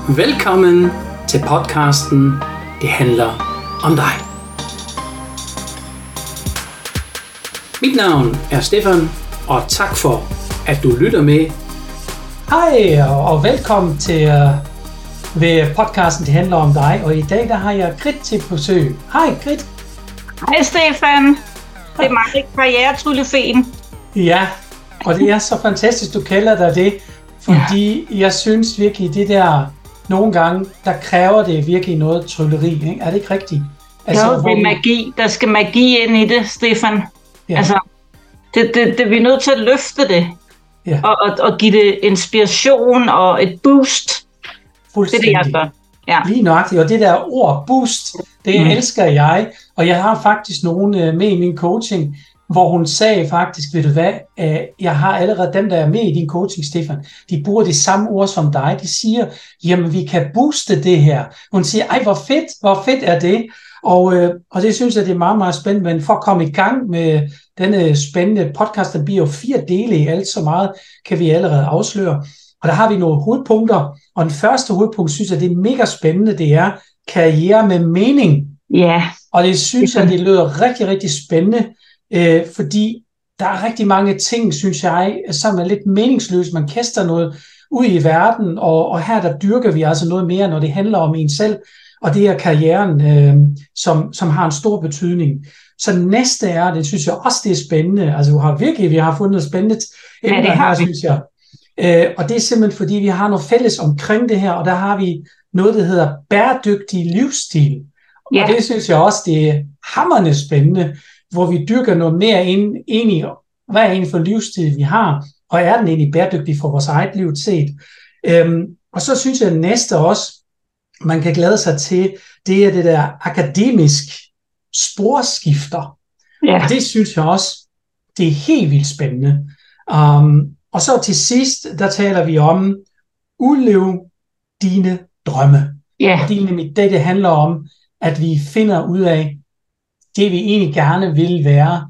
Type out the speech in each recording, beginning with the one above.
Velkommen til podcasten Det handler om dig. Mit navn er Stefan, og tak for, at du lytter med. Hej og velkommen til ved podcasten Det handler om dig. Og i dag der har jeg Grit til besøg. Hej Grit. Hej Stefan. Det er mig, karrieretryllefeen. Ja, og det er så fantastisk, du kalder dig det. Fordi jeg synes virkelig, det der nogle gange, der kræver det virkelig noget trylleri. Ikke? Er det ikke rigtigt? Altså, jo, det er magi. Der skal magi ind i det, Stefan. Ja. Altså, vi er nødt til at løfte det. Ja. Og give det inspiration og et boost. Fuldstændig. Det er det, jeg gør. Ja. Lige nøjagtigt. Og det der ord boost, det elsker jeg. Og jeg har faktisk nogen med i min coaching, hvor hun sagde faktisk, ved du hvad, jeg har allerede dem, der er med i din coaching, Stefan, de bruger de samme ord som dig. De siger, jamen vi kan booste det her. Hun siger, ej hvor fedt er det? Og det synes jeg, det er meget, meget spændende. Men for at komme i gang med denne spændende podcast, der bliver jo 4 dele i alt, så meget kan vi allerede afsløre. Og der har vi nogle hovedpunkter. Og den første hovedpunkt, synes jeg, det er mega spændende, det er karriere med mening. Ja. Og det synes jeg, det lyder rigtig, rigtig spændende. Fordi der er rigtig mange ting, synes jeg, som er lidt meningsløst. Man kaster noget ud i verden, og her der dyrker vi altså noget mere, når det handler om en selv, og det er karrieren, som har en stor betydning. Så næste er, det synes jeg også, det er spændende. Altså vi har fundet noget spændende emner her, synes jeg. Og det er simpelthen, fordi vi har noget fælles omkring det her, og der har vi noget, der hedder bæredygtig livsstil. Ja. Og det synes jeg også, det er hamrende spændende, hvor vi dyrker noget mere ind i, hvad er egentlig for livsstil, vi har, og er den egentlig bæredygtig for vores eget liv set. Og så synes jeg næste også, man kan glæde sig til, det er det der akademisk sporskifter. Ja. Og det synes jeg også, det er helt vildt spændende. Og så til sidst, der taler vi om, udlev dine drømme. Ja. Og det er nemlig det handler om, at vi finder ud af, det vi egentlig gerne vil være,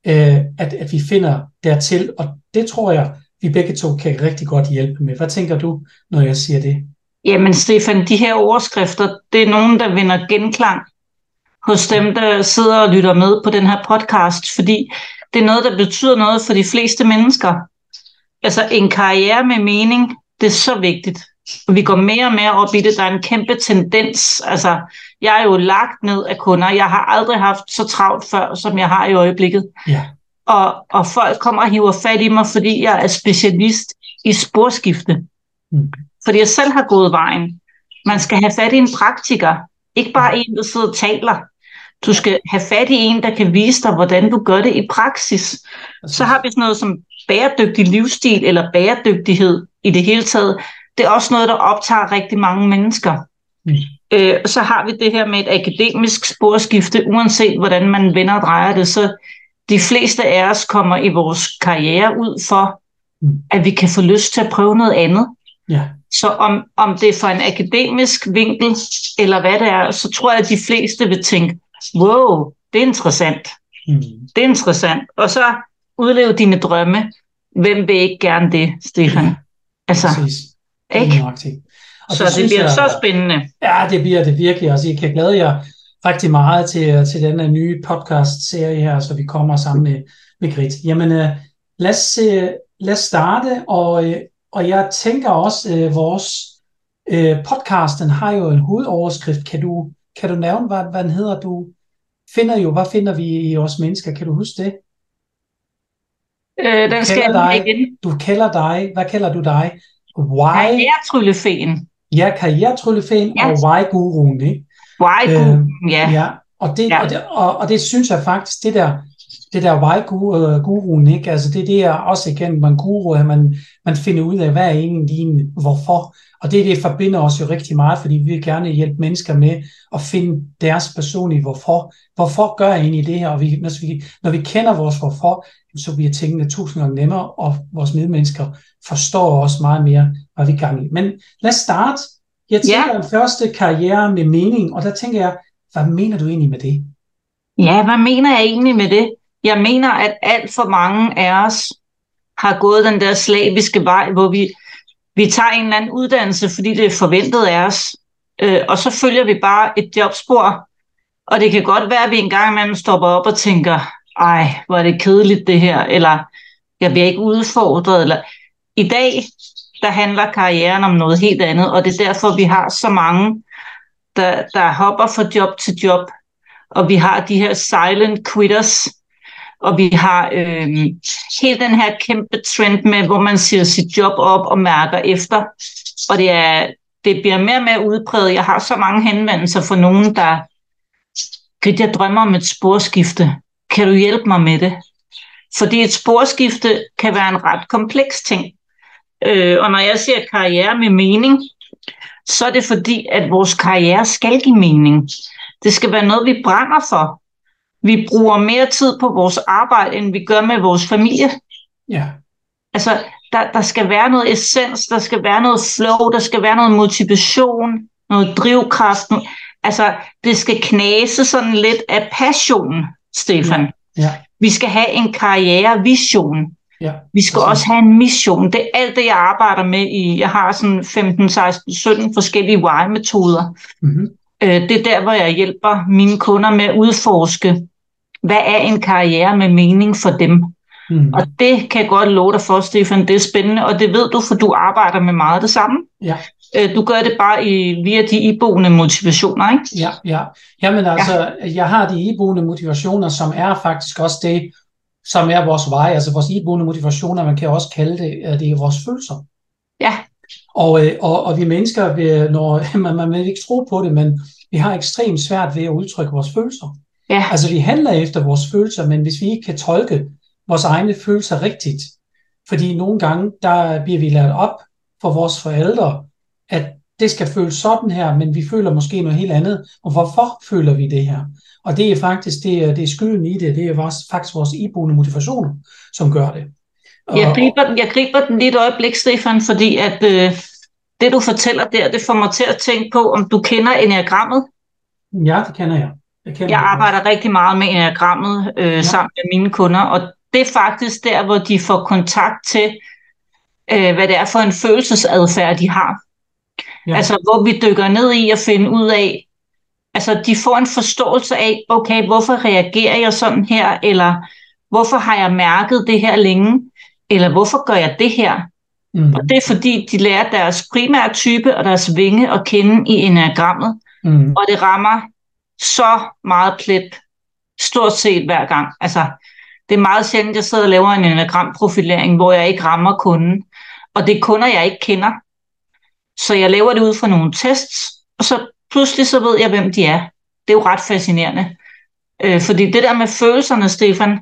at vi finder dertil, og det tror jeg, vi begge to kan rigtig godt hjælpe med. Hvad tænker du, når jeg siger det? Jamen Stefan, de her overskrifter, det er nogen, der vinder genklang hos dem, der sidder og lytter med på den her podcast, fordi det er noget, der betyder noget for de fleste mennesker. Altså en karriere med mening, det er så vigtigt. Og vi går mere og mere op i det. Der er en kæmpe tendens. Altså, jeg er jo lagt ned af kunder. Jeg har aldrig haft så travlt før, som jeg har i øjeblikket. Ja. Og folk kommer og hiver fat i mig, fordi jeg er specialist i sporskifte. Fordi jeg selv har gået vejen. Man skal have fat i en praktiker. Ikke bare en, der sidder og taler. Du skal have fat i en, der kan vise dig, hvordan du gør det i praksis. Så har vi sådan noget som bæredygtig livsstil, eller bæredygtighed i det hele taget. Det er også noget, der optager rigtig mange mennesker. Så har vi det her med et akademisk sporskifte, uanset hvordan man vender og drejer det, så de fleste af os kommer i vores karriere ud for, at vi kan få lyst til at prøve noget andet. Ja. Så om det er for en akademisk vinkel, eller hvad det er, så tror jeg, at de fleste vil tænke, wow, det er interessant. Det er interessant. Og så udleve dine drømme. Hvem vil ikke gerne det, Stefan? Ja. Altså, ikke? Så det bliver så spændende. Ja, det bliver det virkelig. Altså, jeg kan glæde jer rigtig meget til denne nye podcast-serie her, så vi kommer sammen med Grit. Jamen, lad os starte, og jeg tænker også, vores podcasten har jo en hovedoverskrift. Kan du nævne, hvad den hedder? Hvad finder vi i os mennesker? Kan du huske det? Den skal jeg igen. Du kalder dig, hvad kalder du dig? Karrieretryllefeen. Ja, karrieretryllefeen og why-guruen, ikke? Why-guruen, ja. Og det synes jeg faktisk, det der why-guruen, ikke? Altså det er også igen, man guru, at man finder ud af, hvad er egentlig din hvorfor. Og det forbinder os jo rigtig meget, fordi vi vil gerne hjælpe mennesker med at finde deres personlige hvorfor. Hvorfor gør jeg egentlig det her? Og når vi kender vores hvorfor, så bliver tingene 1000 gange nemmere, og vores medmennesker forstår også meget mere, hvad vi er gang i. Men lad os starte. Jeg tænker den første karriere med mening, og der tænker jeg, hvad mener du egentlig med det? Ja, hvad mener jeg egentlig med det? Jeg mener, at alt for mange af os har gået den der slaviske vej, hvor vi Vi tager en eller anden uddannelse, fordi det er forventet af os, og så følger vi bare et jobspor, og det kan godt være, at vi en gang imellem stopper op og tænker, ej, hvor er det kedeligt det her, eller jeg bliver ikke udfordret. Eller... I dag, der handler karrieren om noget helt andet, og det er derfor, vi har så mange, der hopper fra job til job, og vi har de her silent quitters, og vi har hele den her kæmpe trend med, hvor man siger sit job op og mærker efter, og det bliver mere og mere udpræget. Jeg har så mange henvendelser fra nogen, der jeg drømmer om et sporskifte. Kan du hjælpe mig med det? Fordi et sporskifte kan være en ret kompleks ting. Og når jeg siger karriere med mening, så er det fordi, at vores karriere skal give mening. Det skal være noget, vi brænder for. Vi bruger mere tid på vores arbejde, end vi gør med vores familie. Ja. Altså, der skal være noget essens, der skal være noget flow, der skal være noget motivation, noget drivkraft. Altså, det skal knase sådan lidt af passion, Stefan. Ja. Vi skal have en karrierevision. Ja. Vi skal også have en mission. Det er alt det, jeg arbejder med i. Jeg har sådan 15, 16, 17 forskellige why-metoder. Mm-hmm. Det er der, hvor jeg hjælper mine kunder med at udforske, hvad er en karriere med mening for dem. Mm. Og det kan jeg godt love dig for, Stefan. Det er spændende, og det ved du, for du arbejder med meget det samme. Ja. Du gør det bare via de iboende motivationer, ikke? Ja. Jamen altså, jeg har de iboende motivationer, som er faktisk også det, som er vores vej. Altså vores iboende motivationer, man kan også kalde det er vores følelser. Ja. Og vi mennesker, når man vil ikke tro på det, men vi har ekstremt svært ved at udtrykke vores følelser. Ja. Altså vi handler efter vores følelser, men hvis vi ikke kan tolke vores egne følelser rigtigt, fordi nogle gange, der bliver vi lært op for vores forældre, at det skal føles sådan her, men vi føler måske noget helt andet. Og hvorfor føler vi det her? Og det er faktisk det er skylden i det. Det er faktisk vores iboende motivationer, som gør det. Jeg griber den lige et øjeblik, Stefan, fordi at det du fortæller der, det får mig til at tænke på, om du kender enneagrammet. Ja, det kender jeg. Jeg arbejder rigtig meget med enneagrammet sammen med mine kunder, og det er faktisk der, hvor de får kontakt til, hvad det er for en følelsesadfærd, de har. Ja. Altså, hvor vi dykker ned i at finde ud af, altså, de får en forståelse af, okay, hvorfor reagerer jeg sådan her, eller hvorfor har jeg mærket det her længe, eller hvorfor gør jeg det her? Mm. Og det er fordi, de lærer deres primære type og deres vinge at kende i enneagrammet, og det rammer så meget plet, stort set hver gang. Altså, det er meget sjældent, jeg sidder og laver en enneagramprofilering, hvor jeg ikke rammer kunden, og det er kunder, jeg ikke kender. Så jeg laver det ud fra nogle tests, og så pludselig så ved jeg, hvem de er. Det er jo ret fascinerende. Fordi det der med følelserne, Stefan,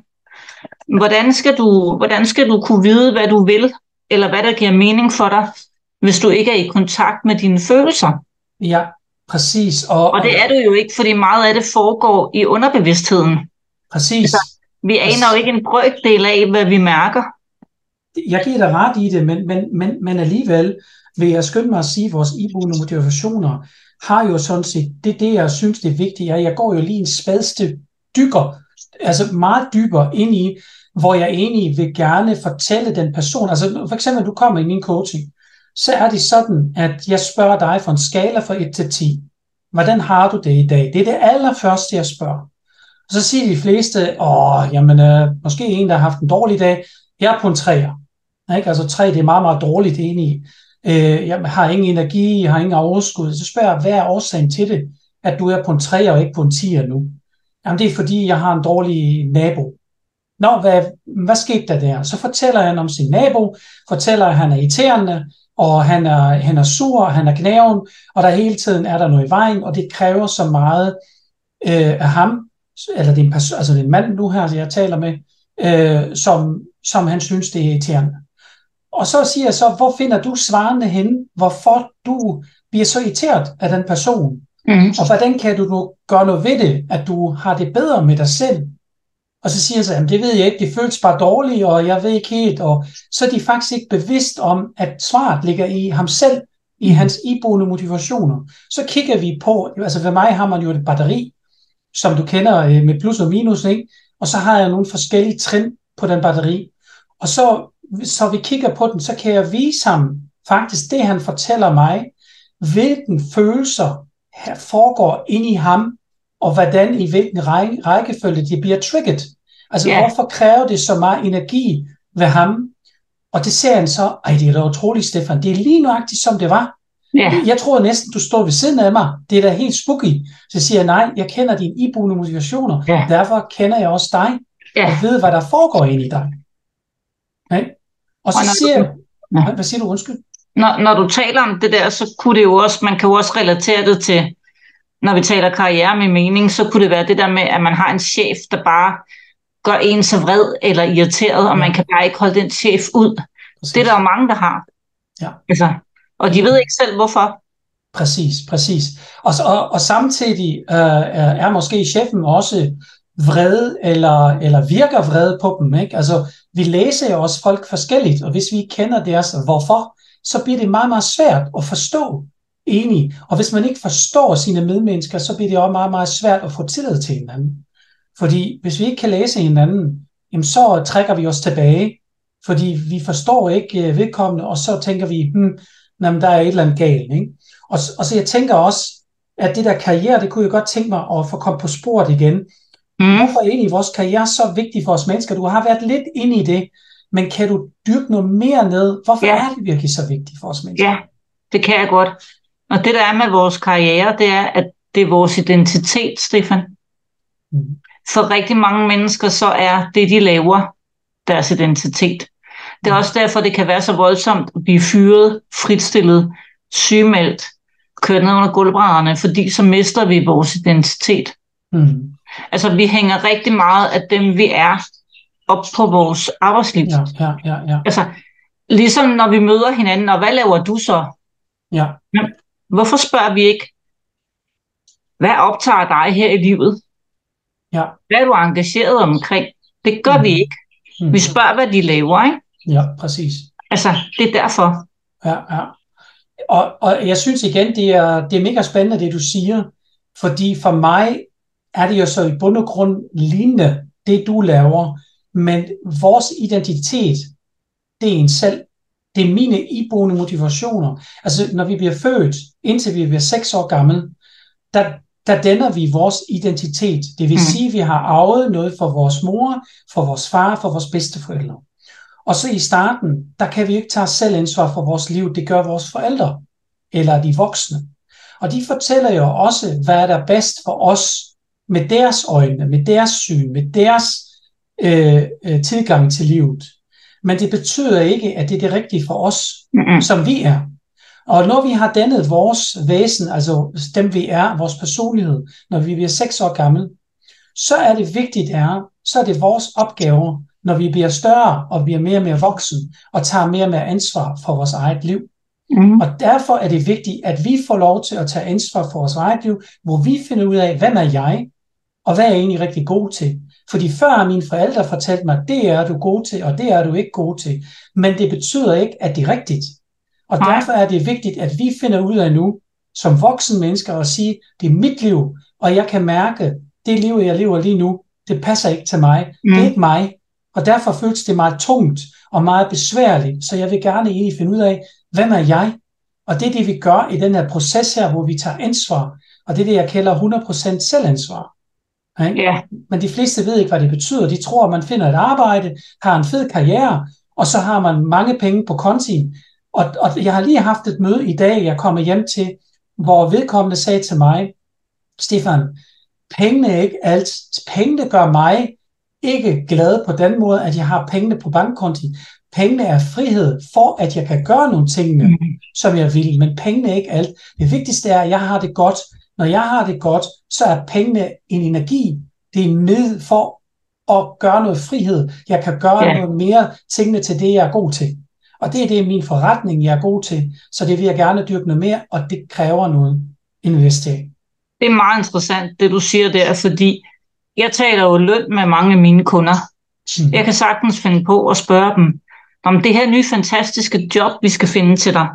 hvordan skal du kunne vide, hvad du vil, eller hvad der giver mening for dig, hvis du ikke er i kontakt med dine følelser? Ja, præcis. Og det er du jo ikke, fordi meget af det foregår i underbevidstheden. Præcis. Altså, vi aner jo ikke en brøkdel af, hvad vi mærker. Jeg giver dig ret i det, men alligevel vil jeg skynde mig at sige, at vores iboende motivationer har jo sådan set, det jeg synes det er vigtigt, jeg går jo lige en spadste dykker, altså meget dybere ind i, hvor jeg egentlig vil gerne fortælle den person, altså for eksempel du kommer i min coaching, så er det sådan, at jeg spørger dig for en skala fra 1 til 10. Hvordan har du det i dag? Det er det allerførste, jeg spørger. Og så siger de fleste, måske en, der har haft en dårlig dag, jeg er på en 3'er. Ikke? Altså 3, det er meget, meget dårligt enig. Jeg har ingen energi, jeg har ingen overskud. Så spørger jeg, hvad er årsagen til det, at du er på en 3'er og ikke på en 10'er nu? Jamen det er fordi, jeg har en dårlig nabo. Nå, hvad skete der? Så fortæller han om sin nabo, fortæller, at han er irriterende, og han er sur, han er knæven, og der hele tiden er der noget i vejen, og det kræver så meget af ham, eller det er en mand nu her, jeg taler med, som han synes, det er irriterende. Og så siger jeg så, hvor finder du svarene henne, hvorfor du bliver så irriteret af den person? Og hvordan kan du nu gøre noget ved det, at du har det bedre med dig selv? Og så siger jeg så, det ved jeg ikke, det føles bare dårligt, og jeg ved ikke helt, og så er de faktisk ikke bevidst om, at svaret ligger i ham selv, i hans iboende motivationer. Så kigger vi på, altså ved mig har man jo et batteri, som du kender med plus og minus, ikke? Og så har jeg nogle forskellige trin på den batteri, og så vi kigger på den, så kan jeg vise ham faktisk det, han fortæller mig, hvilken følelser foregår inde i ham, og hvordan i hvilken rækkefølge de bliver trigget. Altså, hvorfor kræver det så meget energi ved ham? Og det ser han så, det er da utroligt, Stefan, det er lige nøjagtigt, som det var. Jeg tror næsten, du står ved siden af mig. Det er da helt spooky. Så siger jeg, nej, jeg kender dine iboende motivationer, derfor kender jeg også dig, og ved, hvad der foregår inde i dig. Okay? Og så siger jeg, hvad siger du, undskyld? Når du taler om det der, så kunne det jo også, man kan jo også relatere det til, når vi taler karriere med mening, så kunne det være det der med, at man har en chef, der bare gør en så vred eller irriteret, og man kan bare ikke holde den chef ud. Præcis. Det er der jo mange, der har. Ja. Altså, og de ved ikke selv, hvorfor. Præcis. Og samtidig er måske chefen også vrede, eller virker vrede på dem. Ikke? Altså, vi læser jo også folk forskelligt, og hvis vi ikke kender deres hvorfor, så bliver det meget, meget svært at forstå enig. Og hvis man ikke forstår sine medmennesker, så bliver det også meget, meget svært at få tillid til hinanden. Fordi hvis vi ikke kan læse hinanden, jamen så trækker vi os tilbage, fordi vi forstår ikke vedkommende, og så tænker vi, jamen, der er et eller andet galt. Ikke? Og så jeg tænker også, at det der karriere, det kunne jeg godt tænke mig at få komme på sporet igen. Hvorfor er egentlig vores karriere så vigtig for os mennesker? Du har været lidt inde i det, men kan du dyrke noget mere ned? Hvorfor er det virkelig så vigtigt for os mennesker? Ja, det kan jeg godt. Og det der er med vores karriere, det er, at det er vores identitet, Stefan. For rigtig mange mennesker, så er det, de laver, deres identitet. Det er også derfor, det kan være så voldsomt at blive fyret, fritstillet, sygemeldt, kørt ned under gulvbrædderne, fordi så mister vi vores identitet. Altså, vi hænger rigtig meget af dem, vi er, op på vores arbejdsliv. Ja. Altså, ligesom når vi møder hinanden, og hvad laver du så? Ja. Hvorfor spørger vi ikke, hvad optager dig her i livet? Ja. Hvad er du engageret omkring? Det gør vi ikke. Vi spørger, hvad de laver, ikke? Ja, præcis. Altså, det er derfor. Ja. Og jeg synes igen, det er mega spændende, det du siger, fordi for mig er det jo så i bund og grund lignende, det du laver, men vores identitet, det er en selv. Det er mine iboende motivationer. Altså, når vi bliver født, indtil vi bliver 6 år gammel, der danner vi vores identitet. Det vil sige, at vi har arvet noget fra vores mor, fra vores far, fra vores bedsteforældre. Og så i starten, der kan vi ikke tage selv ansvar for vores liv. Det gør vores forældre, eller de voksne. Og de fortæller jo også, hvad er der bedst for os, med deres øjne, med deres syn, med deres tilgang til livet. Men det betyder ikke, at det er det rigtige for os, som vi er. Og når vi har dannet vores væsen, altså dem vi er, vores personlighed, når vi bliver 6 år gammel, så er det vigtigt, så er det vores opgave, når vi bliver større og bliver mere og mere voksen, og tager mere og mere ansvar for vores eget liv. Og derfor er det vigtigt, at vi får lov til at tage ansvar for vores eget liv, hvor vi finder ud af, hvem er jeg, og hvad er jeg egentlig rigtig god til. Fordi før har mine forældre fortalt mig, det er du god til, og det er du ikke god til. Men det betyder ikke, at det er rigtigt. Og derfor er det vigtigt, at vi finder ud af nu, som voksne mennesker, at sige, det er mit liv, og jeg kan mærke, det liv, jeg lever lige nu, det passer ikke til mig. Det er ikke mig. Og derfor føles det meget tungt og meget besværligt. Så jeg vil gerne egentlig finde ud af, hvem er jeg? Og det er det, vi gør i den her proces her, hvor vi tager ansvar. Og det er det, jeg kalder 100% selvansvar. Okay? Men de fleste ved ikke, hvad det betyder. De tror, at man finder et arbejde, har en fed karriere, og så har man mange penge på kontien. Og jeg har lige haft et møde i dag, jeg kommer hjem til, hvor vedkommende sagde til mig, Stefan, pengene er ikke alt. Pengene gør mig ikke glad på den måde, at jeg har pengene på bankkonti. Pengene er frihed for, at jeg kan gøre nogle tingene, som jeg vil, men pengene er ikke alt. Det vigtigste er, at jeg har det godt. Når jeg har det godt, så er pengene en energi. Det er en middel for at gøre noget frihed. Jeg kan gøre noget mere tingene til det, jeg er god til. Og det er det, min forretning, jeg er god til. Så det vil jeg gerne dyrke noget mere, og det kræver noget investering. Det er meget interessant, det du siger der, fordi jeg taler jo løn med mange af mine kunder. Jeg kan sagtens finde på at spørge dem, om det her nye fantastiske job, vi skal finde til dig.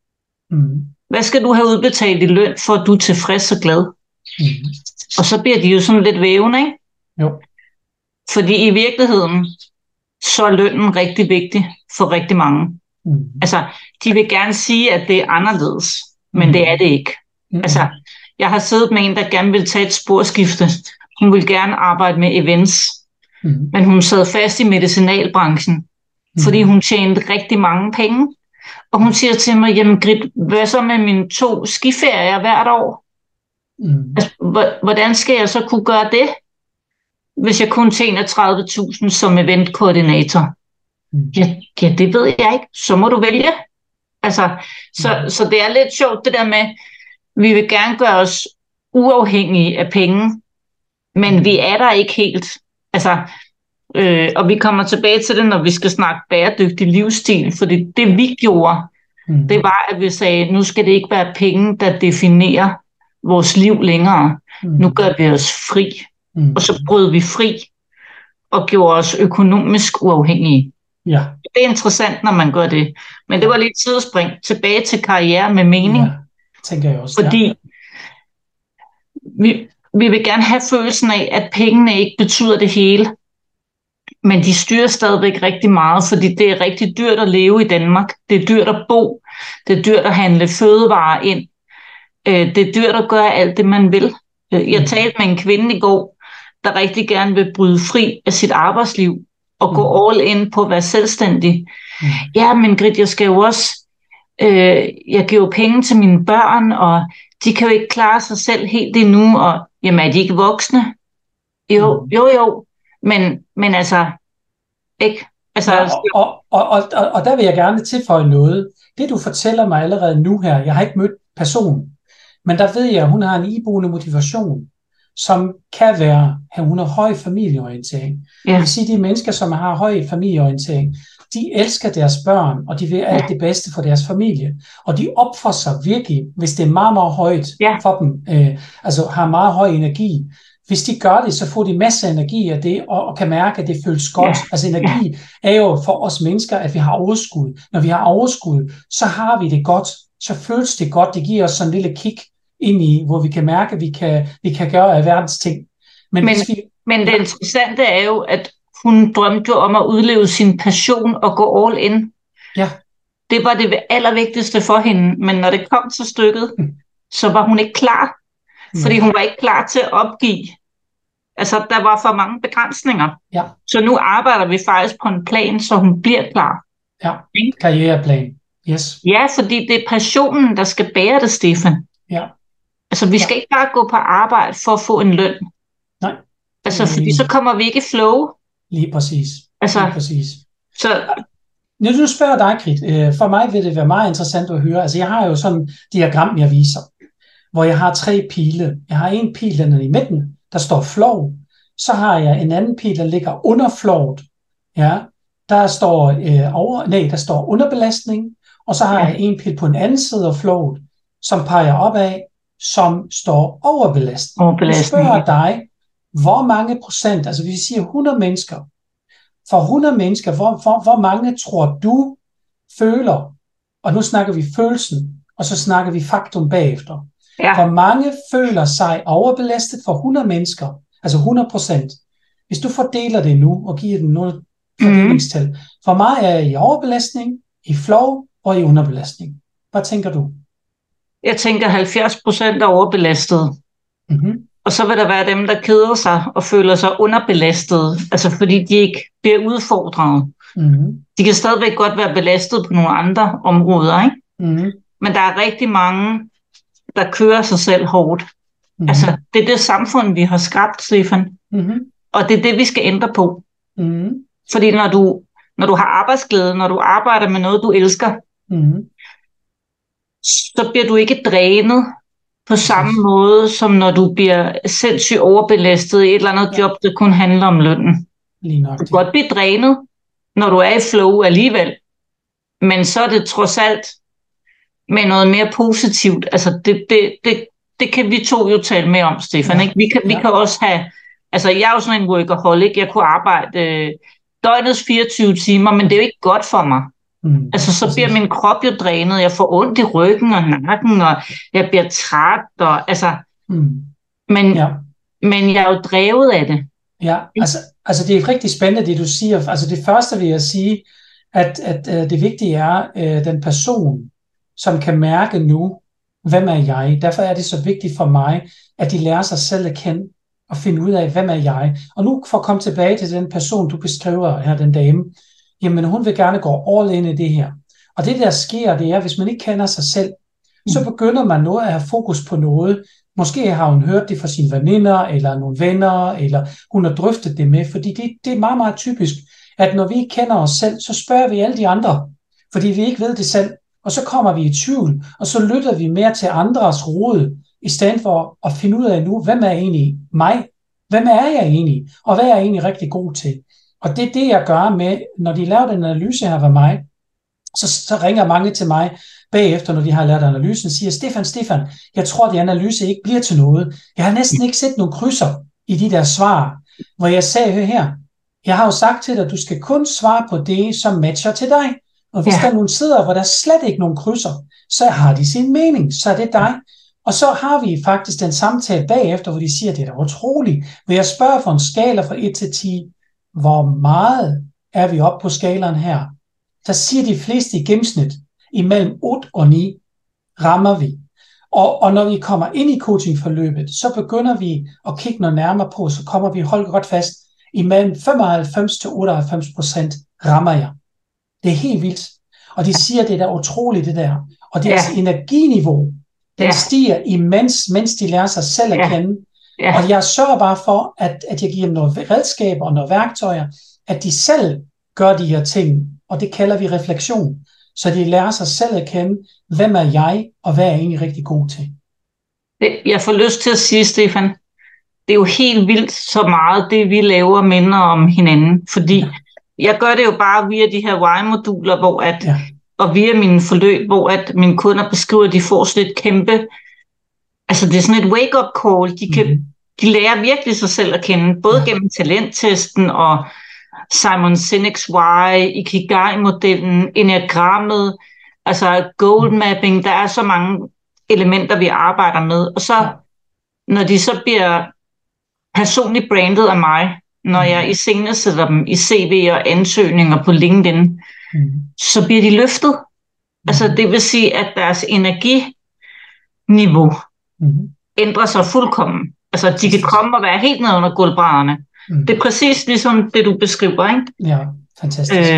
Hvad skal du have udbetalt i løn, for at du er tilfreds og glad? Og så bliver de jo sådan lidt vævende, ikke? Jo. Fordi i virkeligheden, så er lønnen rigtig vigtig for rigtig mange. Altså, de vil gerne sige, at det er anderledes, men det er det ikke. Altså, jeg har siddet med en, der gerne vil tage et sporskifte. Hun vil gerne arbejde med events, men hun sad fast i medicinalbranchen, fordi hun tjente rigtig mange penge. Og hun siger til mig, jamen Grit, hvad så med mine 2 skiferier hvert år? Altså, hvordan skal jeg så kunne gøre det, hvis jeg kun tjener 30.000 som eventkoordinator? Ja, det ved jeg ikke. Så må du vælge. Altså, så det er lidt sjovt det der med, vi vil gerne gøre os uafhængige af penge, men vi er der ikke helt. Altså, og vi kommer tilbage til det, når vi skal snakke bæredygtig livsstil, fordi det vi gjorde, det var, at vi sagde, nu skal det ikke være penge, der definerer vores liv længere. Nu gør vi os fri. Og så brød vi fri og gjorde os økonomisk uafhængige. Ja. Det er interessant, når man gør det. Men det var lidt sidespring tilbage til karriere med mening. Ja, tænker jeg også. Fordi vi vil gerne have følelsen af, at pengene ikke betyder det hele. Men de styrer stadigvæk rigtig meget, fordi det er rigtig dyrt at leve i Danmark. Det er dyrt at bo. Det er dyrt at handle fødevarer ind. Det er dyrt at gøre alt det, man vil. Jeg talte med en kvinde i går, der rigtig gerne vil bryde fri af sit arbejdsliv og gå all in på at være selvstændig. Ja, men Grit, jeg skal jo også, jeg giver jo penge til mine børn, og de kan jo ikke klare sig selv helt endnu, og jamen er de ikke voksne? Jo, men altså, ikke? Altså, ja, og der vil jeg gerne tilføje noget. Det du fortæller mig allerede nu her, jeg har ikke mødt personen, men der ved jeg, at hun har en iboende motivation, som kan være, at hun har høj familieorientering. Ja. Det vil sige, at de mennesker, som har høj familieorientering, de elsker deres børn, og de vil alt det bedste for deres familie. Og de opfører sig virkelig, hvis det er meget, meget højt for dem, altså har meget høj energi. Hvis de gør det, så får de masser af energi af det, og kan mærke, at det føles godt. Altså energi er jo for os mennesker, at vi har overskud. Når vi har overskud, så har vi det godt. Så føles det godt. Det giver os sådan en lille kick ind i, hvor vi kan mærke, at vi kan gøre af verdens ting. Men det interessante er jo, at hun drømte om at udleve sin passion og gå all in. Ja. Det var det allervigtigste for hende, men når det kom til stykket, så var hun ikke klar. Fordi hun var ikke klar til at opgive. Altså, der var for mange begrænsninger. Ja. Så nu arbejder vi faktisk på en plan, så hun bliver klar. Ja, karriereplan. Yes. Ja, fordi det er passionen, der skal bære det, Stefan. Ja. Altså, vi skal ikke bare gå på arbejde for at få en løn. Nej. Altså, fordi så kommer vi ikke i flow. Lige præcis. Altså, lige præcis. Så... Når du spørger dig, Grit, for mig vil det være meget interessant at høre. Altså, jeg har jo sådan et diagram, jeg viser, hvor jeg har 3 pile. Jeg har en pil, der er i midten, der står flow. Så har jeg en anden pil, der ligger under flowet. Ja, der står underbelastning. Og så har jeg en pil på en anden side af flowet, som peger opad, som står overbelastning. Jeg spørger dig, hvor mange procent, altså vi siger 100 mennesker, for 100 mennesker, hvor mange tror du føler, og nu snakker vi følelsen, og så snakker vi faktum bagefter. Ja. Hvor mange føler sig overbelastet for 100 mennesker, altså 100%. Hvis du fordeler det nu, og giver den noget fordelingstal, hvor meget er i overbelastning, i flow og i underbelastning? Hvad tænker du? Jeg tænker 70% er overbelastet. Og så vil der være dem, der keder sig og føler sig underbelastet, altså fordi de ikke bliver udfordret. De kan stadigvæk godt være belastet på nogle andre områder, ikke? Men der er rigtig mange, der kører sig selv hårdt. Altså, det er det samfund, vi har skabt, Stefan. Og det er det, vi skal ændre på. Fordi når du har arbejdsglæde, når du arbejder med noget, du elsker, så bliver du ikke drænet på samme måde, som når du bliver sindssygt overbelastet i et eller andet job, der kun handler om lønnen. Du kan godt blive drænet, når du er i flow alligevel. Men så er det trods alt med noget mere positivt. Altså, det kan vi to jo tale mere om, Stefan. Ikke? Vi kan også have... Altså, jeg er jo sådan en workaholic. Jeg kunne arbejde døgnets 24 timer, men det er jo ikke godt for mig. Altså, så bliver min krop jo drænet. Jeg får ondt i ryggen og nakken, og jeg bliver træt. Og, altså, men jeg er jo drevet af det. Ja, altså det er rigtig spændende, det du siger. Altså, det første vil jeg sige, at det vigtige er den person, som kan mærke nu, hvem er jeg? Derfor er det så vigtigt for mig, at de lærer sig selv at kende og finde ud af, hvem er jeg? Og nu for at komme tilbage til den person, du beskriver her, den dame, jamen hun vil gerne gå all in i det her. Og det der sker, det er, hvis man ikke kender sig selv, så begynder man noget at have fokus på noget. Måske har hun hørt det fra sine veninder, eller nogle venner, eller hun har drøftet det med, fordi det er meget, meget typisk, at når vi ikke kender os selv, så spørger vi alle de andre, fordi vi ikke ved det selv, og så kommer vi i tvivl, og så lytter vi mere til andres råd, i stedet for at finde ud af nu, hvem er egentlig mig? Hvem er jeg egentlig? Og hvad er jeg egentlig rigtig god til? Og det er det, jeg gør med, når de laver den analyse her ved mig, så ringer mange til mig bagefter, når de har lært analysen, og siger, Stefan, jeg tror, at den analyse ikke bliver til noget. Jeg har næsten ikke set nogle krydser i de der svar, hvor jeg sagde, hør her, jeg har jo sagt til dig, at du skal kun svare på det, som matcher til dig. Og hvis der er nogle sider, hvor der slet ikke nogen krydser, så har de sin mening, så er det dig. Og så har vi faktisk den samtale bagefter, hvor de siger, at det er da utroligt. Vil jeg spørge for en skala fra 1 til 10, hvor meget er vi oppe på skalaen her? Der siger de fleste i gennemsnit, imellem 8 og 9 rammer vi. Og når vi kommer ind i coachingforløbet, så begynder vi at kigge noget nærmere på, så kommer vi holde godt fast, imellem 95-98% rammer jeg. Det er helt vildt. Og de siger, det er da utroligt det der. Og deres energiniveau, den stiger imens, mens de lærer sig selv at kende. Og jeg sørger bare for, at jeg giver dem nogle redskaber og nogle værktøjer, at de selv gør de her ting. Og det kalder vi refleksion. Så de lærer sig selv at kende, hvem er jeg, og hvad er jeg egentlig rigtig god til. Jeg får lyst til at sige, Stefan, det er jo helt vildt så meget, det vi laver minder om hinanden. Fordi jeg gør det jo bare via de her why-moduler, og via mine forløb, hvor at mine kunder beskriver, at de får sådan et kæmpe, altså det er sådan et wake-up call, de lærer virkelig sig selv at kende, både gennem talenttesten og Simon Sinek's Why, Ikigai-modellen, enneagrammet, altså goal mapping, der er så mange elementer, vi arbejder med. Og så, når de så bliver personligt brandet af mig, når jeg iscenesætter dem i CV og ansøgninger på LinkedIn, så bliver de løftet. Altså det vil sige, at deres energiniveau ændrer sig fuldkommen. Altså de kan komme og være helt nede under gulvbrædderne. Det er præcis ligesom det, du beskriver, ikke? Ja, fantastisk.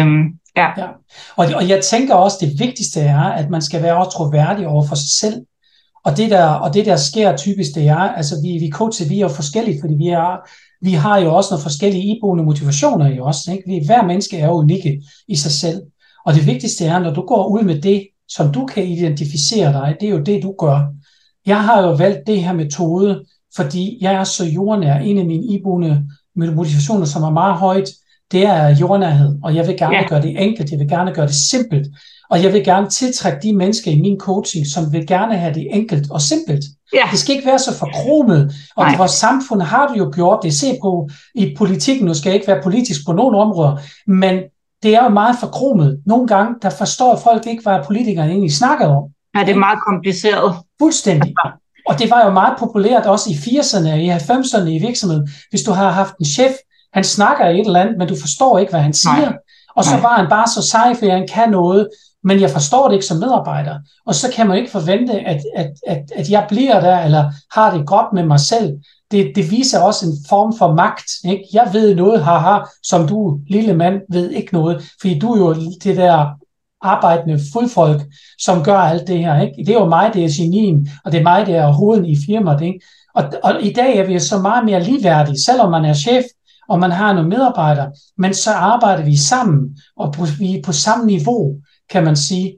Og jeg tænker også, det vigtigste er, at man skal være også troværdig over for sig selv. Og det der sker typisk, det er, altså vi coacher, vi er jo forskellige, fordi vi har jo også nogle forskellige iboende motivationer i os, ikke? Hver menneske er jo unikke i sig selv. Og det vigtigste er, når du går ud med det, som du kan identificere dig, det er jo det, du gør. Jeg har jo valgt det her metode, fordi jeg er så jordnær. En af mine iboende motivationer, som er meget højt, det er jordnærhed. Og jeg vil gerne gøre det enkelt, jeg vil gerne gøre det simpelt. Og jeg vil gerne tiltrække de mennesker i min coaching, som vil gerne have det enkelt og simpelt. Det skal ikke være så forkromet. Og i vores samfund har du jo gjort det. Se på i politikken, nu skal jeg ikke være politisk på nogle områder, men det er jo meget forkromet. Nogle gange, der forstår folk ikke, hvad politikerne egentlig snakker om. Ja, det er meget kompliceret. Fuldstændig. Og det var jo meget populært også i 80'erne og i 90'erne i virksomheden. Hvis du har haft en chef, han snakker et eller andet, men du forstår ikke, hvad han siger. Og så var han bare så sej, for han kan noget, men jeg forstår det ikke som medarbejder. Og så kan man ikke forvente, at jeg bliver der, eller har det godt med mig selv. Det viser også en form for magt. Ikke? Jeg ved noget, som du, lille mand, ved ikke noget. Fordi du er jo det der arbejdende fodfolk, som gør alt det her. Ikke? Det er jo mig, det er genien, og det er mig, det er hovedet i firmaet. Ikke? Og i dag er vi så meget mere ligeværdige, selvom man er chef, og man har nogle medarbejdere, men så arbejder vi sammen, og vi er på samme niveau, kan man sige.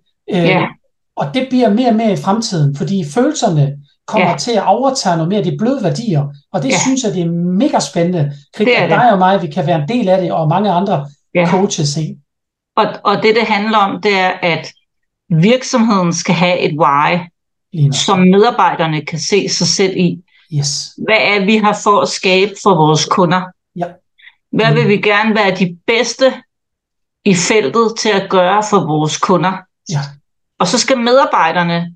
Og det bliver mere og mere i fremtiden, fordi følelserne kommer til at overtage noget mere af de bløde værdier, og det synes jeg, det er mega spændende. At dig og mig, vi kan være en del af det, og mange andre coaches. Ikke? Og det handler om, det er, at virksomheden skal have et why, som medarbejderne kan se sig selv i. Hvad er vi her for at skabe for vores kunder? Hvad vil vi gerne være de bedste i feltet til at gøre for vores kunder? Og så skal medarbejderne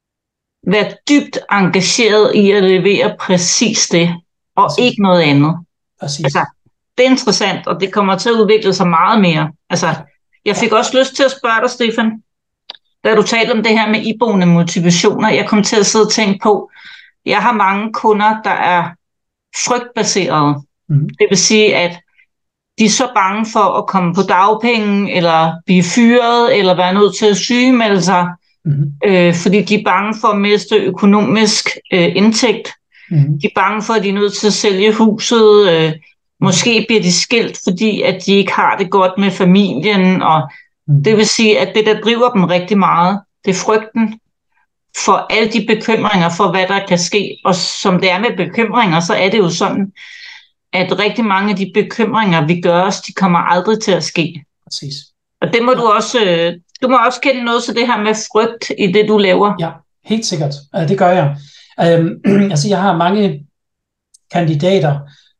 være dybt engageret i at levere præcis det, og ikke noget andet. Altså, det er interessant, og det kommer til at udvikle sig meget mere. Altså, Jeg fik også lyst til at spørge dig, Stefan, da du talte om det her med iboende motivationer. Jeg kom til at sidde og tænke på, jeg har mange kunder, der er frygtbaserede. Det vil sige, at de er så bange for at komme på dagpenge, eller blive fyret, eller være nødt til at sygemelde sig, fordi de er bange for at miste økonomisk indtægt. De er bange for, at de er nødt til at sælge huset. Måske bliver de skilt, fordi at de ikke har det godt med familien. Og det vil sige, at det, der driver dem rigtig meget, det er frygten for alle de bekymringer for, hvad der kan ske. Og som det er med bekymringer, så er det jo sådan, at rigtig mange af de bekymringer, vi gør os, de kommer aldrig til at ske. Præcis. Og det må du må også kende noget til det her med frygt i det, du laver. Ja, helt sikkert. Det gør jeg. Altså, jeg har mange kandidater,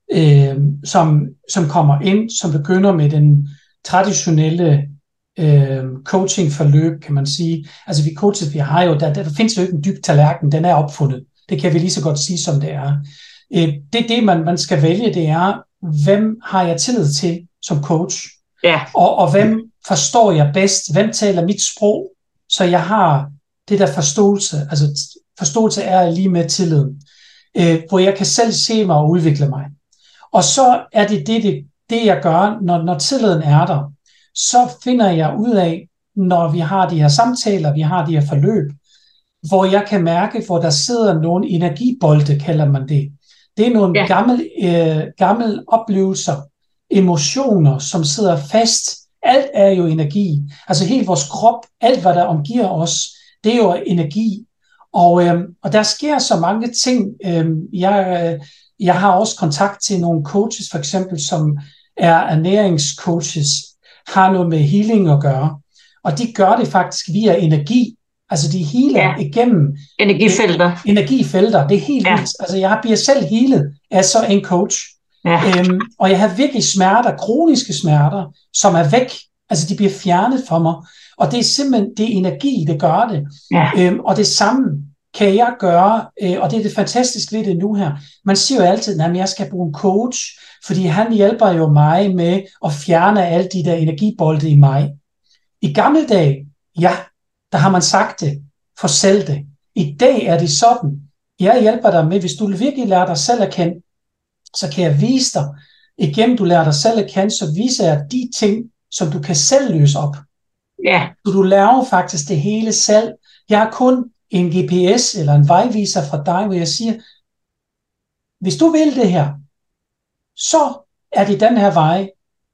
som kommer ind, som begynder med den traditionelle coachingforløb, kan man sige. Altså, vi coaches, vi har jo, der findes jo ikke en dyb tallerken, den er opfundet. Det kan vi lige så godt sige, som det er. Det man skal vælge, det er, hvem har jeg tillid til som coach? Ja. Og hvem forstår jeg bedst? Hvem taler mit sprog? Så jeg har det der forståelse. Altså forståelse er lige med tilliden. Hvor jeg kan selv se mig og udvikle mig. Og så er det jeg gør, når tilliden er der. Så finder jeg ud af, når vi har de her samtaler, vi har de her forløb, hvor jeg kan mærke, hvor der sidder nogle energibolde, kalder man det. Det er nogle gamle oplevelser, emotioner, som sidder fast. Alt er jo energi. Altså hele vores krop, alt hvad der omgiver os, det er jo energi. Og der sker så mange ting. Jeg har også kontakt til nogle coaches, for eksempel, som er ernæringscoaches, har noget med healing at gøre. Og de gør det faktisk via energi. Altså de healer igennem energifelter. Det er helt vildt. Altså jeg bliver selv healet af så en coach. Ja. Og jeg har virkelig smerter, kroniske smerter, som er væk. Altså de bliver fjernet fra mig. Og det er simpelthen det energi, det gør det. Ja. Og det samme kan jeg gøre, og det er det fantastiske ved det nu her. Man siger jo altid, at jeg skal bruge en coach, fordi han hjælper jo mig med at fjerne alle de der energibolde i mig. I gamle dage, der har man sagt det, for selv det. I dag er det sådan, jeg hjælper dig med, hvis du virkelig lærer dig selv at kende, så kan jeg vise dig, igennem du lærer dig selv at kende, så viser jeg de ting, som du kan selv løse op. Ja. Så du lærer faktisk det hele selv. Jeg har kun en GPS eller en vejviser fra dig, hvor jeg siger, hvis du vil det her, så er det den her vej.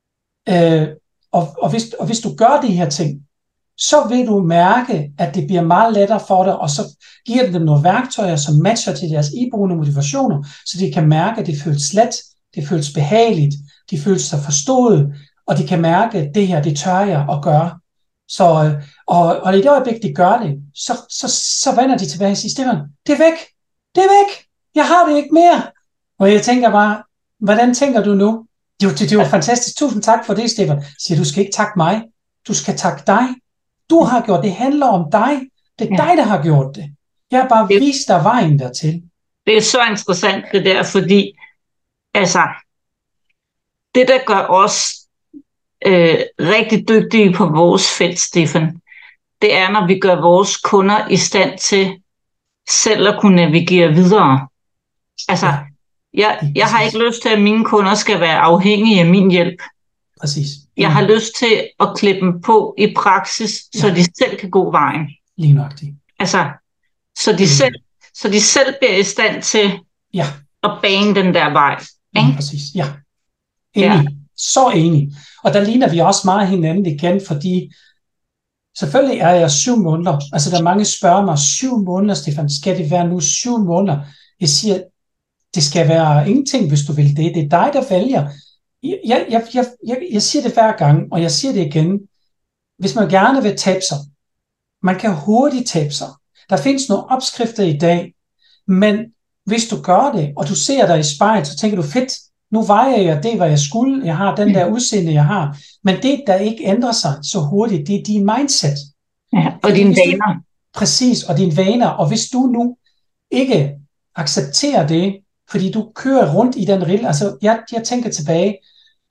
Og hvis du gør de her ting, så vil du mærke, at det bliver meget lettere for dig, og så giver det dem nogle værktøjer, som matcher til deres iboende motivationer, så de kan mærke, at det føles let, det føles behageligt, de føles sig forstået, og de kan mærke, at det her, det tør jeg at gøre. Så, og i det øjeblik, de gør det, så vender de tilbage og siger, Stefan, det er væk, jeg har det ikke mere. Og jeg tænker bare, hvordan tænker du nu? Det var fantastisk, tusind tak for det, Stefan. Siger, du skal ikke takke mig, du skal takke dig. Du har gjort det, handler om dig. Det er dig, der har gjort det. Jeg har bare vist dig vejen dertil. Det er så interessant det der, fordi altså, det der gør os rigtig dygtige på vores felt, Stefan, det er, når vi gør vores kunder i stand til selv at kunne navigere videre. Altså, jeg har ikke lyst til, at mine kunder skal være afhængige af min hjælp. Præcis. Jeg har lyst til at klippe dem på i praksis, så de selv kan gå vejen. Lige nøjagtigt. Altså, så de selv bliver i stand til at bane den der vej. Ikke? Præcis, ja. Enig. Så enig. Og der ligner vi også meget hinanden igen, fordi selvfølgelig er jeg 7 måneder. Altså der er mange spørger mig, 7 måneder, Stefan, skal det være nu 7 måneder? Jeg siger, det skal være ingenting, hvis du vil det. Det er dig, der vælger. Jeg siger det hver gang, og jeg siger det igen. Hvis man gerne vil tabe sig, man kan hurtigt tabe sig. Der findes nogle opskrifter i dag, men hvis du gør det, og du ser dig i spejlet, så tænker du, fedt, nu vejer jeg det, hvad jeg skulle. Jeg har den der udseende, jeg har. Men det, der ikke ændrer sig så hurtigt, det er din mindset. Ja, og dine vaner. Præcis, og dine vaner. Og hvis du nu ikke accepterer det, fordi du kører rundt i den rille, altså jeg tænker tilbage,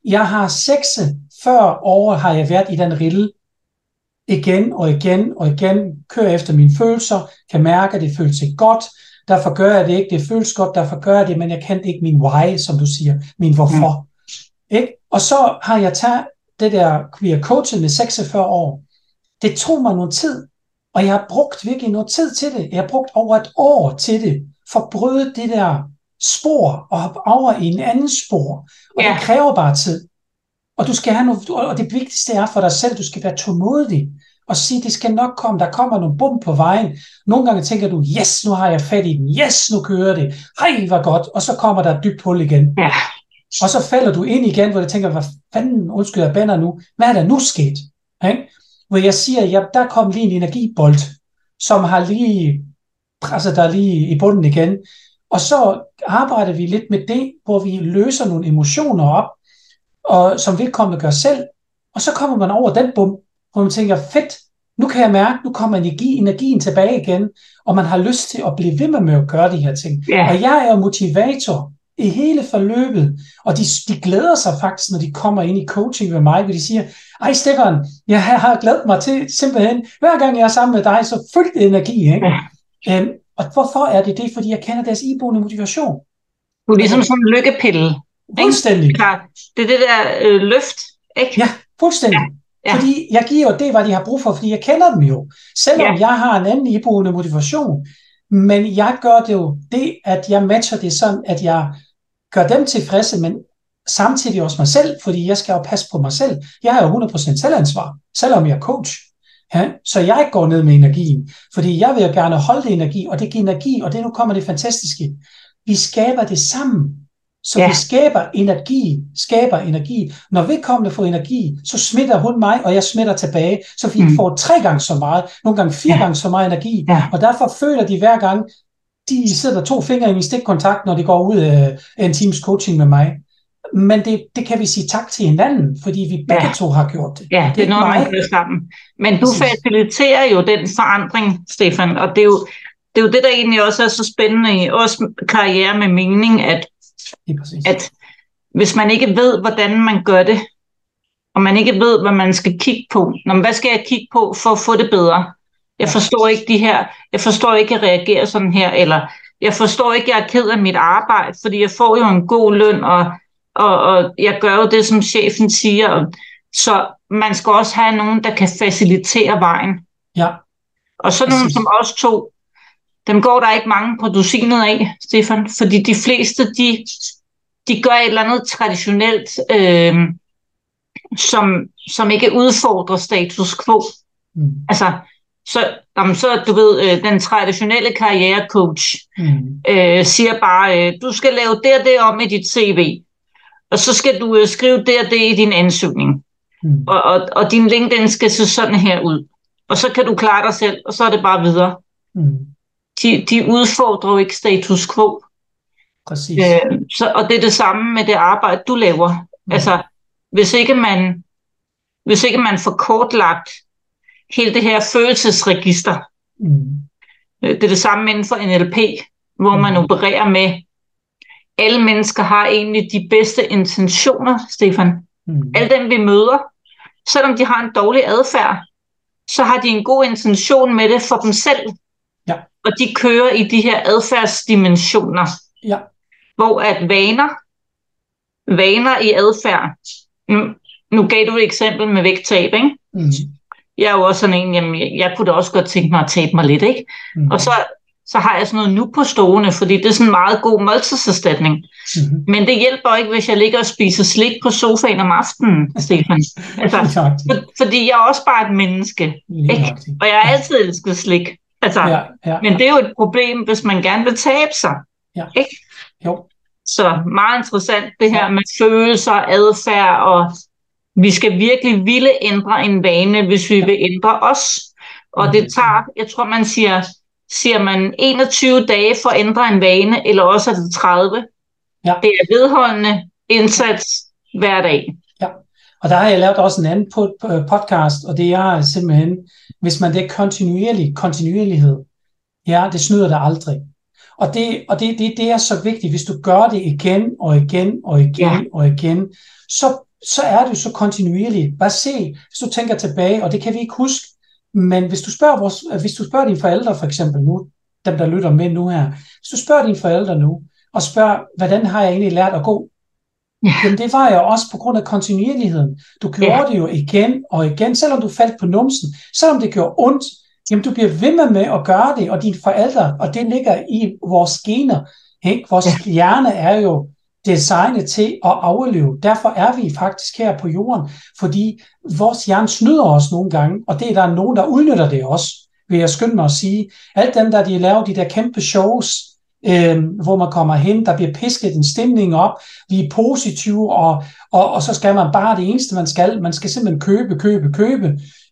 jeg har 46 år har jeg været i den rille, igen og igen og igen, kører efter mine følelser, kan mærke, at det føles ikke godt, derfor gør jeg det ikke, det føles godt, derfor gør jeg det, men jeg kendte ikke min why, som du siger, min hvorfor. Ikke? Og så har jeg taget det der, vi har coachet med 46 år. Det tog mig noget tid, og jeg har brugt virkelig noget tid til det. Jeg har brugt over et år til det, for at bryde det der spor, og hoppe over i en anden spor. Og det kræver bare tid. Og du skal have noget, og det vigtigste er for dig selv, du skal være tålmodig, og sige, det skal nok komme, der kommer nogle bump på vejen. Nogle gange tænker du, yes, nu har jeg fat i den, yes, nu kører det, hej, hvor godt, og så kommer der et dybt hul igen. Ja. Og så falder du ind igen, hvor du tænker, hvad fanden, undskyld, jeg bander nu, hvad er der nu sket? Okay? Hvor jeg siger, ja, der kom lige en energibold, som har lige presset dig lige i bunden igen. Og så arbejder vi lidt med det, hvor vi løser nogle emotioner op, og som vedkommende gør selv, og så kommer man over den bum, hvor man tænker, fedt, nu kan jeg mærke, nu kommer energien tilbage igen, og man har lyst til at blive ved med at gøre de her ting. Yeah. Og jeg er motivator i hele forløbet, og de glæder sig faktisk, når de kommer ind i coaching med mig, hvor de siger, ej Stefan, jeg har glædet mig til simpelthen, hver gang jeg er sammen med dig, så fyldt energi, ikke? Yeah. Og hvorfor er det? Fordi jeg kender deres iboende motivation. Du er ligesom sådan en lykkepille. Fuldstændig. Det er det der løft, ikke? Ja, fuldstændig. Ja. Fordi jeg giver jo det, hvad de har brug for, fordi jeg kender dem jo. Selvom jeg har en anden iboende motivation. Men jeg gør det jo det, at jeg matcher det sådan, at jeg gør dem tilfredse, men samtidig også mig selv, fordi jeg skal jo passe på mig selv. Jeg har jo 100% selvansvar, selvom jeg er coach. Ja? Så jeg går ned med energien, fordi jeg vil jo gerne holde det energi, og det giver energi, og det nu kommer det fantastiske. Vi skaber det sammen. Så vi skaber energi. Når vedkommende får energi, så smitter hun mig, og jeg smitter tilbage. Så vi får 3 gange så meget, nogle gange 4 gange så meget energi. Ja. Og derfor føler de hver gang, de sætter 2 fingre i min stikkontakt, når de går ud af en teams coaching med mig. Men det kan vi sige tak til hinanden, fordi vi begge to har gjort det. Ja, det er noget, man gør sammen. Men du faciliterer jo den forandring, Stefan, og det er jo det, der egentlig også er så spændende i også karriere med mening, at hvis man ikke ved, hvordan man gør det, og man ikke ved, hvad man skal kigge på, hvad skal jeg kigge på for at få det bedre? Jeg forstår ikke jeg forstår ikke, at jeg reagerer sådan her, eller jeg forstår ikke, at jeg er ked af mit arbejde, fordi jeg får jo en god løn, og jeg gør jo det, som chefen siger. Så man skal også have nogen, der kan facilitere vejen. Ja. Og så nogen som os to, dem går der ikke mange på dusinet af, Stefan, fordi de fleste, de gør et eller andet traditionelt, som ikke udfordrer status quo. Altså, så du ved, den traditionelle karrierecoach siger bare, du skal lave det og det om i dit CV, og så skal du skrive det og det i din ansøgning, og din LinkedIn skal se sådan her ud, og så kan du klare dig selv, og så er det bare videre. De udfordrer jo ikke status quo. Præcis. Og det er det samme med det arbejde, du laver. Altså, hvis ikke man får kortlagt hele det her følelsesregister, det er det samme inden for NLP, hvor man opererer med, alle mennesker har egentlig de bedste intentioner, Stefan. Alle dem, vi møder, selvom de har en dårlig adfærd, så har de en god intention med det for dem selv. Ja. Og de kører i de her adfærdsdimensioner, hvor at vaner i adfærd, nu gav du et eksempel med vægttab, ikke? Jeg er jo også sådan en, jamen, jeg kunne da også godt tænke mig at tabe mig lidt, ikke? Og så har jeg sådan noget nu på stående, fordi det er sådan en meget god måltidserstatning. Men det hjælper ikke, hvis jeg ligger og spiser slik på sofaen om aftenen, Stefan. Altså, fordi jeg er også bare et menneske, ikke? Og jeg har altid elsket slik. Altså, men det er jo et problem, hvis man gerne vil tabe sig. Ikke? Jo. Så meget interessant det her med følelser, adfærd, og vi skal virkelig ville ændre en vane, hvis vi vil ændre os. Og det tager, jeg tror man siger man 21 dage for at ændre en vane, eller også er det 30. Ja. Det er vedholdende indsats hver dag. Ja, og der har jeg lavet også en anden podcast, og det er simpelthen, hvis man det er kontinuerlighed, det snyder dig aldrig. Og det er så vigtigt, hvis du gør det igen og igen og igen og igen, så så er det jo så kontinuerligt. Bare se, hvis du tænker tilbage, og det kan vi ikke huske, men hvis du spørger dine forældre for eksempel nu, dem der lytter med nu her, hvis du spørger dine forældre nu, og spørger, hvordan har jeg egentlig lært at gå? Jamen det var jo også på grund af kontinuerligheden. Du gjorde det jo igen og igen, selvom du faldt på numsen, selvom det gjorde ondt, jamen du bliver ved med at gøre det, og dine forældre, og det ligger i vores gener, ikke? Vores hjerne er jo designet til at overleve. Derfor er vi faktisk her på jorden, fordi vores hjerne snyder os nogle gange, og det er der nogen, der udnytter det også, vil jeg skynde mig at sige. Alt dem, der de laver de der kæmpe shows, hvor man kommer hen, der bliver pisket en stemning op, vi er positive, og så skal man bare det eneste, man skal simpelthen købe,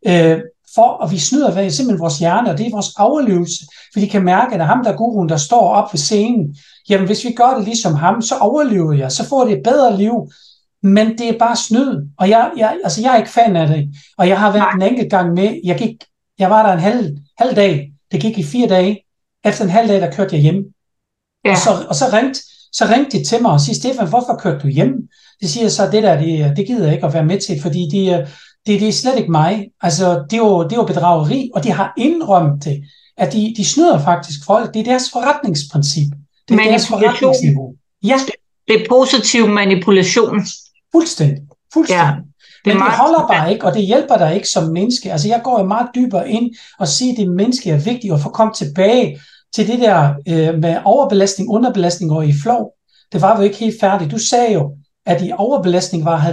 og vi snyder simpelthen vores hjerne, og det er vores overlevelse, for de kan mærke, at ham der guruen, der står op ved scenen, jamen hvis vi gør det ligesom ham, så overlever jeg, så får det et bedre liv, men det er bare snyd, og jeg er ikke fan af det, og jeg har været en enkelt gang med, jeg var der en halv dag, det gik i 4 dage, efter en halv dag, der kørte jeg hjem, og så ringte de til mig og siger, Stefan, hvorfor kørte du hjem? Det siger så, det gider jeg ikke at være med til, fordi det er slet ikke mig. Altså, det er jo bedrageri, og de har indrømt det, at de snyder faktisk folk. Det er deres forretningsprincip. Det er deres forretningsniveau. Ja. Det er positiv manipulation. Fuldstændig. Ja. Men det holder bare ikke, og det hjælper dig ikke som menneske. Altså, jeg går jo meget dybere ind og siger, at det menneske er vigtigt at få komme tilbage til det der med overbelastning, underbelastning og i flow. Det var jo ikke helt færdigt. Du sagde jo, at i overbelastning var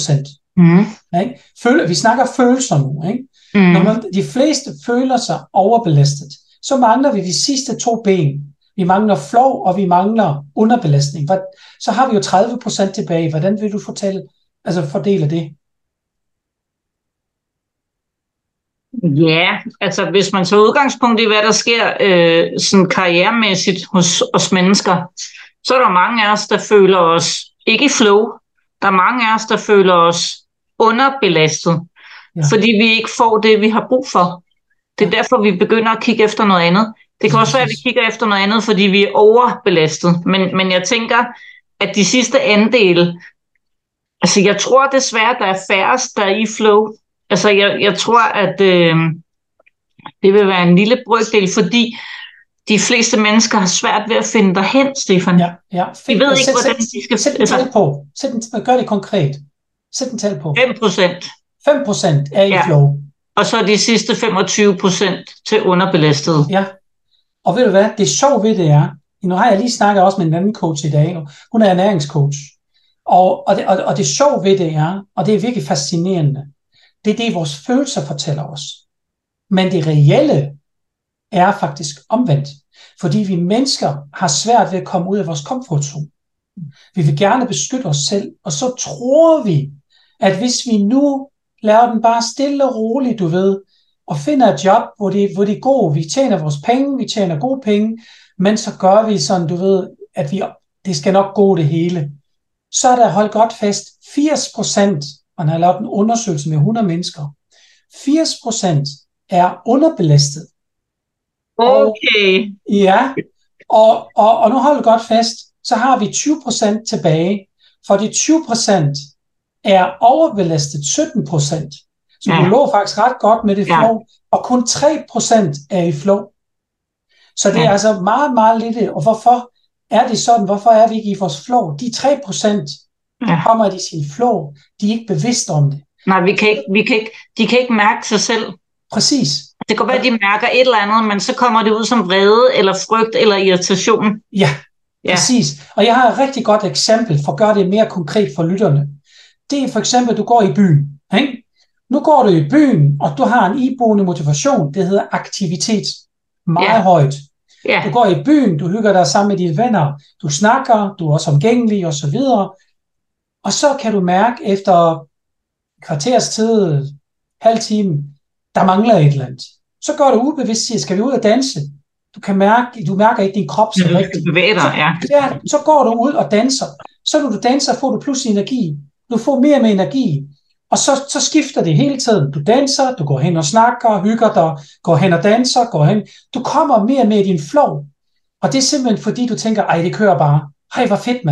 70%. Vi snakker følelser nu. Ikke? Når de fleste føler sig overbelastet, så mangler vi de sidste 2 ben. Vi mangler flow, og vi mangler underbelastning. Så har vi jo 30% tilbage. Hvordan vil du fordele det? Ja, altså hvis man tager udgangspunkt i, hvad der sker sådan karrieremæssigt hos os mennesker, så er der mange af os, der føler os ikke i flow. Der er mange af os, der føler os underbelastet, fordi vi ikke får det, vi har brug for. Det er derfor, vi begynder at kigge efter noget andet. Det kan også være, at vi kigger efter noget andet, fordi vi er overbelastet. Men jeg tænker, at de sidste andele, altså jeg tror desværre, der er færrest, der er i flow. Altså jeg tror, at det vil være en lille brøkdel, fordi de fleste mennesker har svært ved at finde derhen, Stefan. Ja. De ved ikke, hvordan de skal... Sæt en tal på. Gør det konkret. Sæt en tal på. 5%. 5% er i flow. Og så de sidste 25% til underbelastede. Ja. Og ved du hvad, det sjove ved det er, nu har jeg lige snakket også med en anden coach i dag, hun er ernæringscoach, og det sjove ved det er, og det er virkelig fascinerende, det er det, vores følelser fortæller os. Men det reelle er faktisk omvendt, fordi vi mennesker har svært ved at komme ud af vores komfortzone. Vi vil gerne beskytte os selv, og så tror vi, at hvis vi nu laver den bare stille og roligt, du ved, og finder et job, hvor det er gode, vi tjener vores penge, vi tjener gode penge, men så gør vi sådan, du ved, at det skal nok gå det hele. Så er der holdt godt fast 80%, man har lavet en undersøgelse med 100 mennesker, 80% er underbelastet. Okay. Og nu holder godt fast, så har vi 20% tilbage, for de 20% er overbelastet 17%. Så du lå faktisk ret godt med det flow, og kun 3% er i flow. Så det er altså meget, meget lidt. Og hvorfor er det sådan? Hvorfor er vi ikke i vores flow? De 3%, der kommer i sin flow, de er ikke bevidste om det. Nej, de kan ikke mærke sig selv. Præcis. Det kan være, at de mærker et eller andet, men så kommer det ud som vrede, eller frygt, eller irritation. Ja, præcis. Og jeg har et rigtig godt eksempel for at gøre det mere konkret for lytterne. Det er for eksempel, at du går i byen. Ikke? Nu går du i byen, og du har en iboende motivation, det hedder aktivitet. Meget højt. Du går i byen, du hygger dig sammen med dine venner, du snakker, du er også omgængelig osv. Og så kan du mærke efter kvarters tid, halv time, der mangler et eller andet. Så går du ubevidst, siger, skal vi ud og danse? Du mærker ikke din krop så rigtigt. Så går du ud og danser. Så når du danser, får du pludselig energi. Du får mere med energi. Og så skifter det hele tiden. Du danser, du går hen og snakker, hygger dig, går hen og danser, går hen. Du kommer mere med i din flow. Og det er simpelthen fordi, du tænker, ej, det kører bare. Ej, hvor fedt, mand.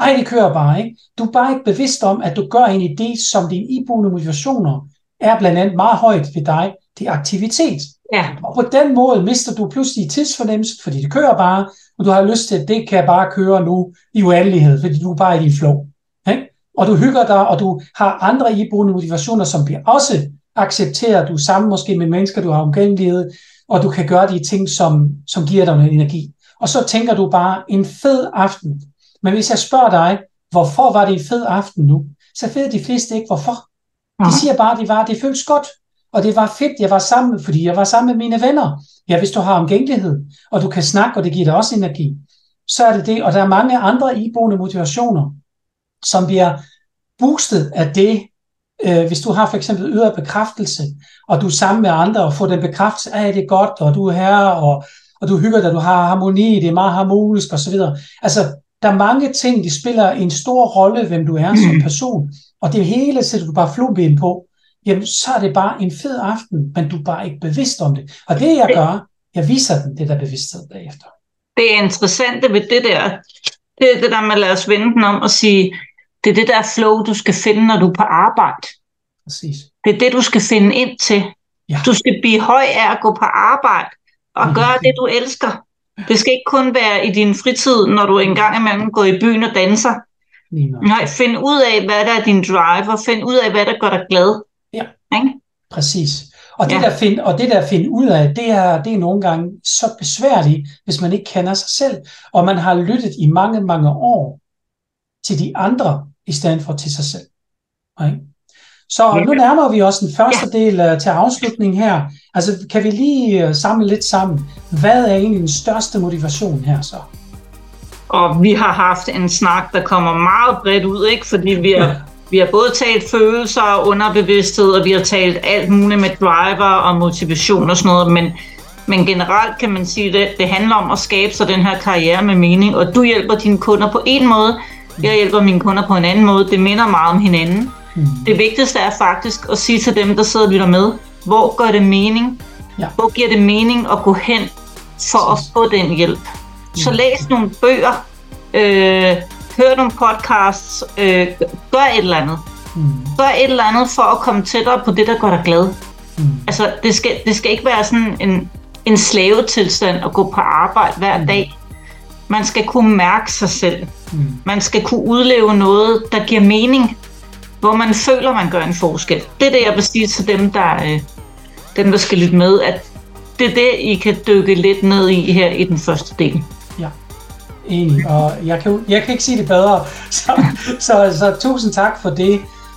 Ej, det kører bare, ikke? Du er bare ikke bevidst om, at du gør egentlig det, som dine iboende motivationer er blandt andet meget højt ved dig, det er aktivitet. Ja. Og på den måde mister du pludselig tidsfornemmelse, fordi det kører bare, og du har lyst til, at det kan bare køre nu i uendelighed, fordi du er bare i din flow. Ikke? Og du hygger dig, og du har andre iboende motivationer, som bliver også accepteret. Du er sammen måske med mennesker, du har omgængelighed, og du kan gøre de ting, som giver dig noget energi. Og så tænker du bare, en fed aften. Men hvis jeg spørger dig, hvorfor var det en fed aften nu, så ved de fleste ikke, hvorfor. De siger bare, det føles godt, og det var fedt, fordi jeg var sammen med mine venner. Ja, hvis du har omgængelighed, og du kan snakke, og det giver dig også energi, så er det det. Og der er mange andre iboende motivationer, som bliver boostet af det, hvis du har for eksempel ydre bekræftelse, og du er sammen med andre, og får den bekræftelse, at det er godt, og du er her, og du hygger dig, du har harmoni, det er meget harmonisk, osv. Altså, der er mange ting, de spiller en stor rolle, hvem du er som person, og det hele sætter du bare flueben på, jamen så er det bare en fed aften, men du er bare ikke bevidst om det. Og det jeg gør, jeg viser den, det der bevidsthed bagefter. Det er interessante ved det der, det er det der med at lade os vende den om og sige, det er det der flow, du skal finde, når du er på arbejde. Præcis. Det er det, du skal finde ind til. Ja. Du skal blive høj af at gå på arbejde og gøre det, du elsker. Det skal ikke kun være i din fritid, når du engang imellem går i byen og danser. Nej, find ud af, hvad der er din driver. Find ud af, hvad der gør dig glad. Ja, ikke? Præcis. Og det der at finde ud af, det er nogle gange så besværligt, hvis man ikke kender sig selv. Og man har lyttet i mange, mange år til de andre, i stedet for til sig selv. Okay? Så nu nærmer vi os den første del til afslutningen her. Altså, kan vi lige samle lidt sammen? Hvad er egentlig den største motivation her så? Og vi har haft en snak, der kommer meget bredt ud, ikke? Fordi vi har både talt følelser og underbevidsthed, og vi har talt alt muligt med driver og motivation og sådan noget, men generelt kan man sige, at det handler om at skabe sig den her karriere med mening, og du hjælper dine kunder på en måde, jeg hjælper mine kunder på en anden måde. Det minder meget om hinanden. Det vigtigste er faktisk at sige til dem, der sidder og lytter med, hvor gør det mening? Ja. Hvor giver det mening at gå hen for at få den hjælp? Så læs nogle bøger, hør nogle podcasts, gør et eller andet. Gør et eller andet for at komme tættere på det, der gør dig glad. Altså, det skal ikke være sådan en slavetilstand at gå på arbejde hver dag. Man skal kunne mærke sig selv. Man skal kunne udleve noget, der giver mening, hvor man føler, man gør en forskel. Det er det, jeg vil sige til dem, der skal lytte med, at det er det, I kan dykke lidt ned i her i den første del. Ja, enig. Og jeg kan ikke sige det bedre. Så tusind tak for det.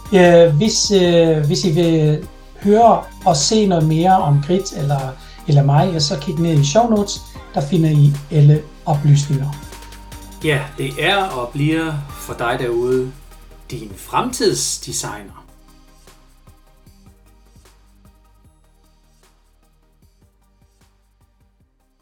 Hvis I vil høre og se noget mere om Grit eller mig, så kig ned i show notes. Der finder I alle oplysninger. Ja, det er og bliver for dig derude din fremtidsdesigner.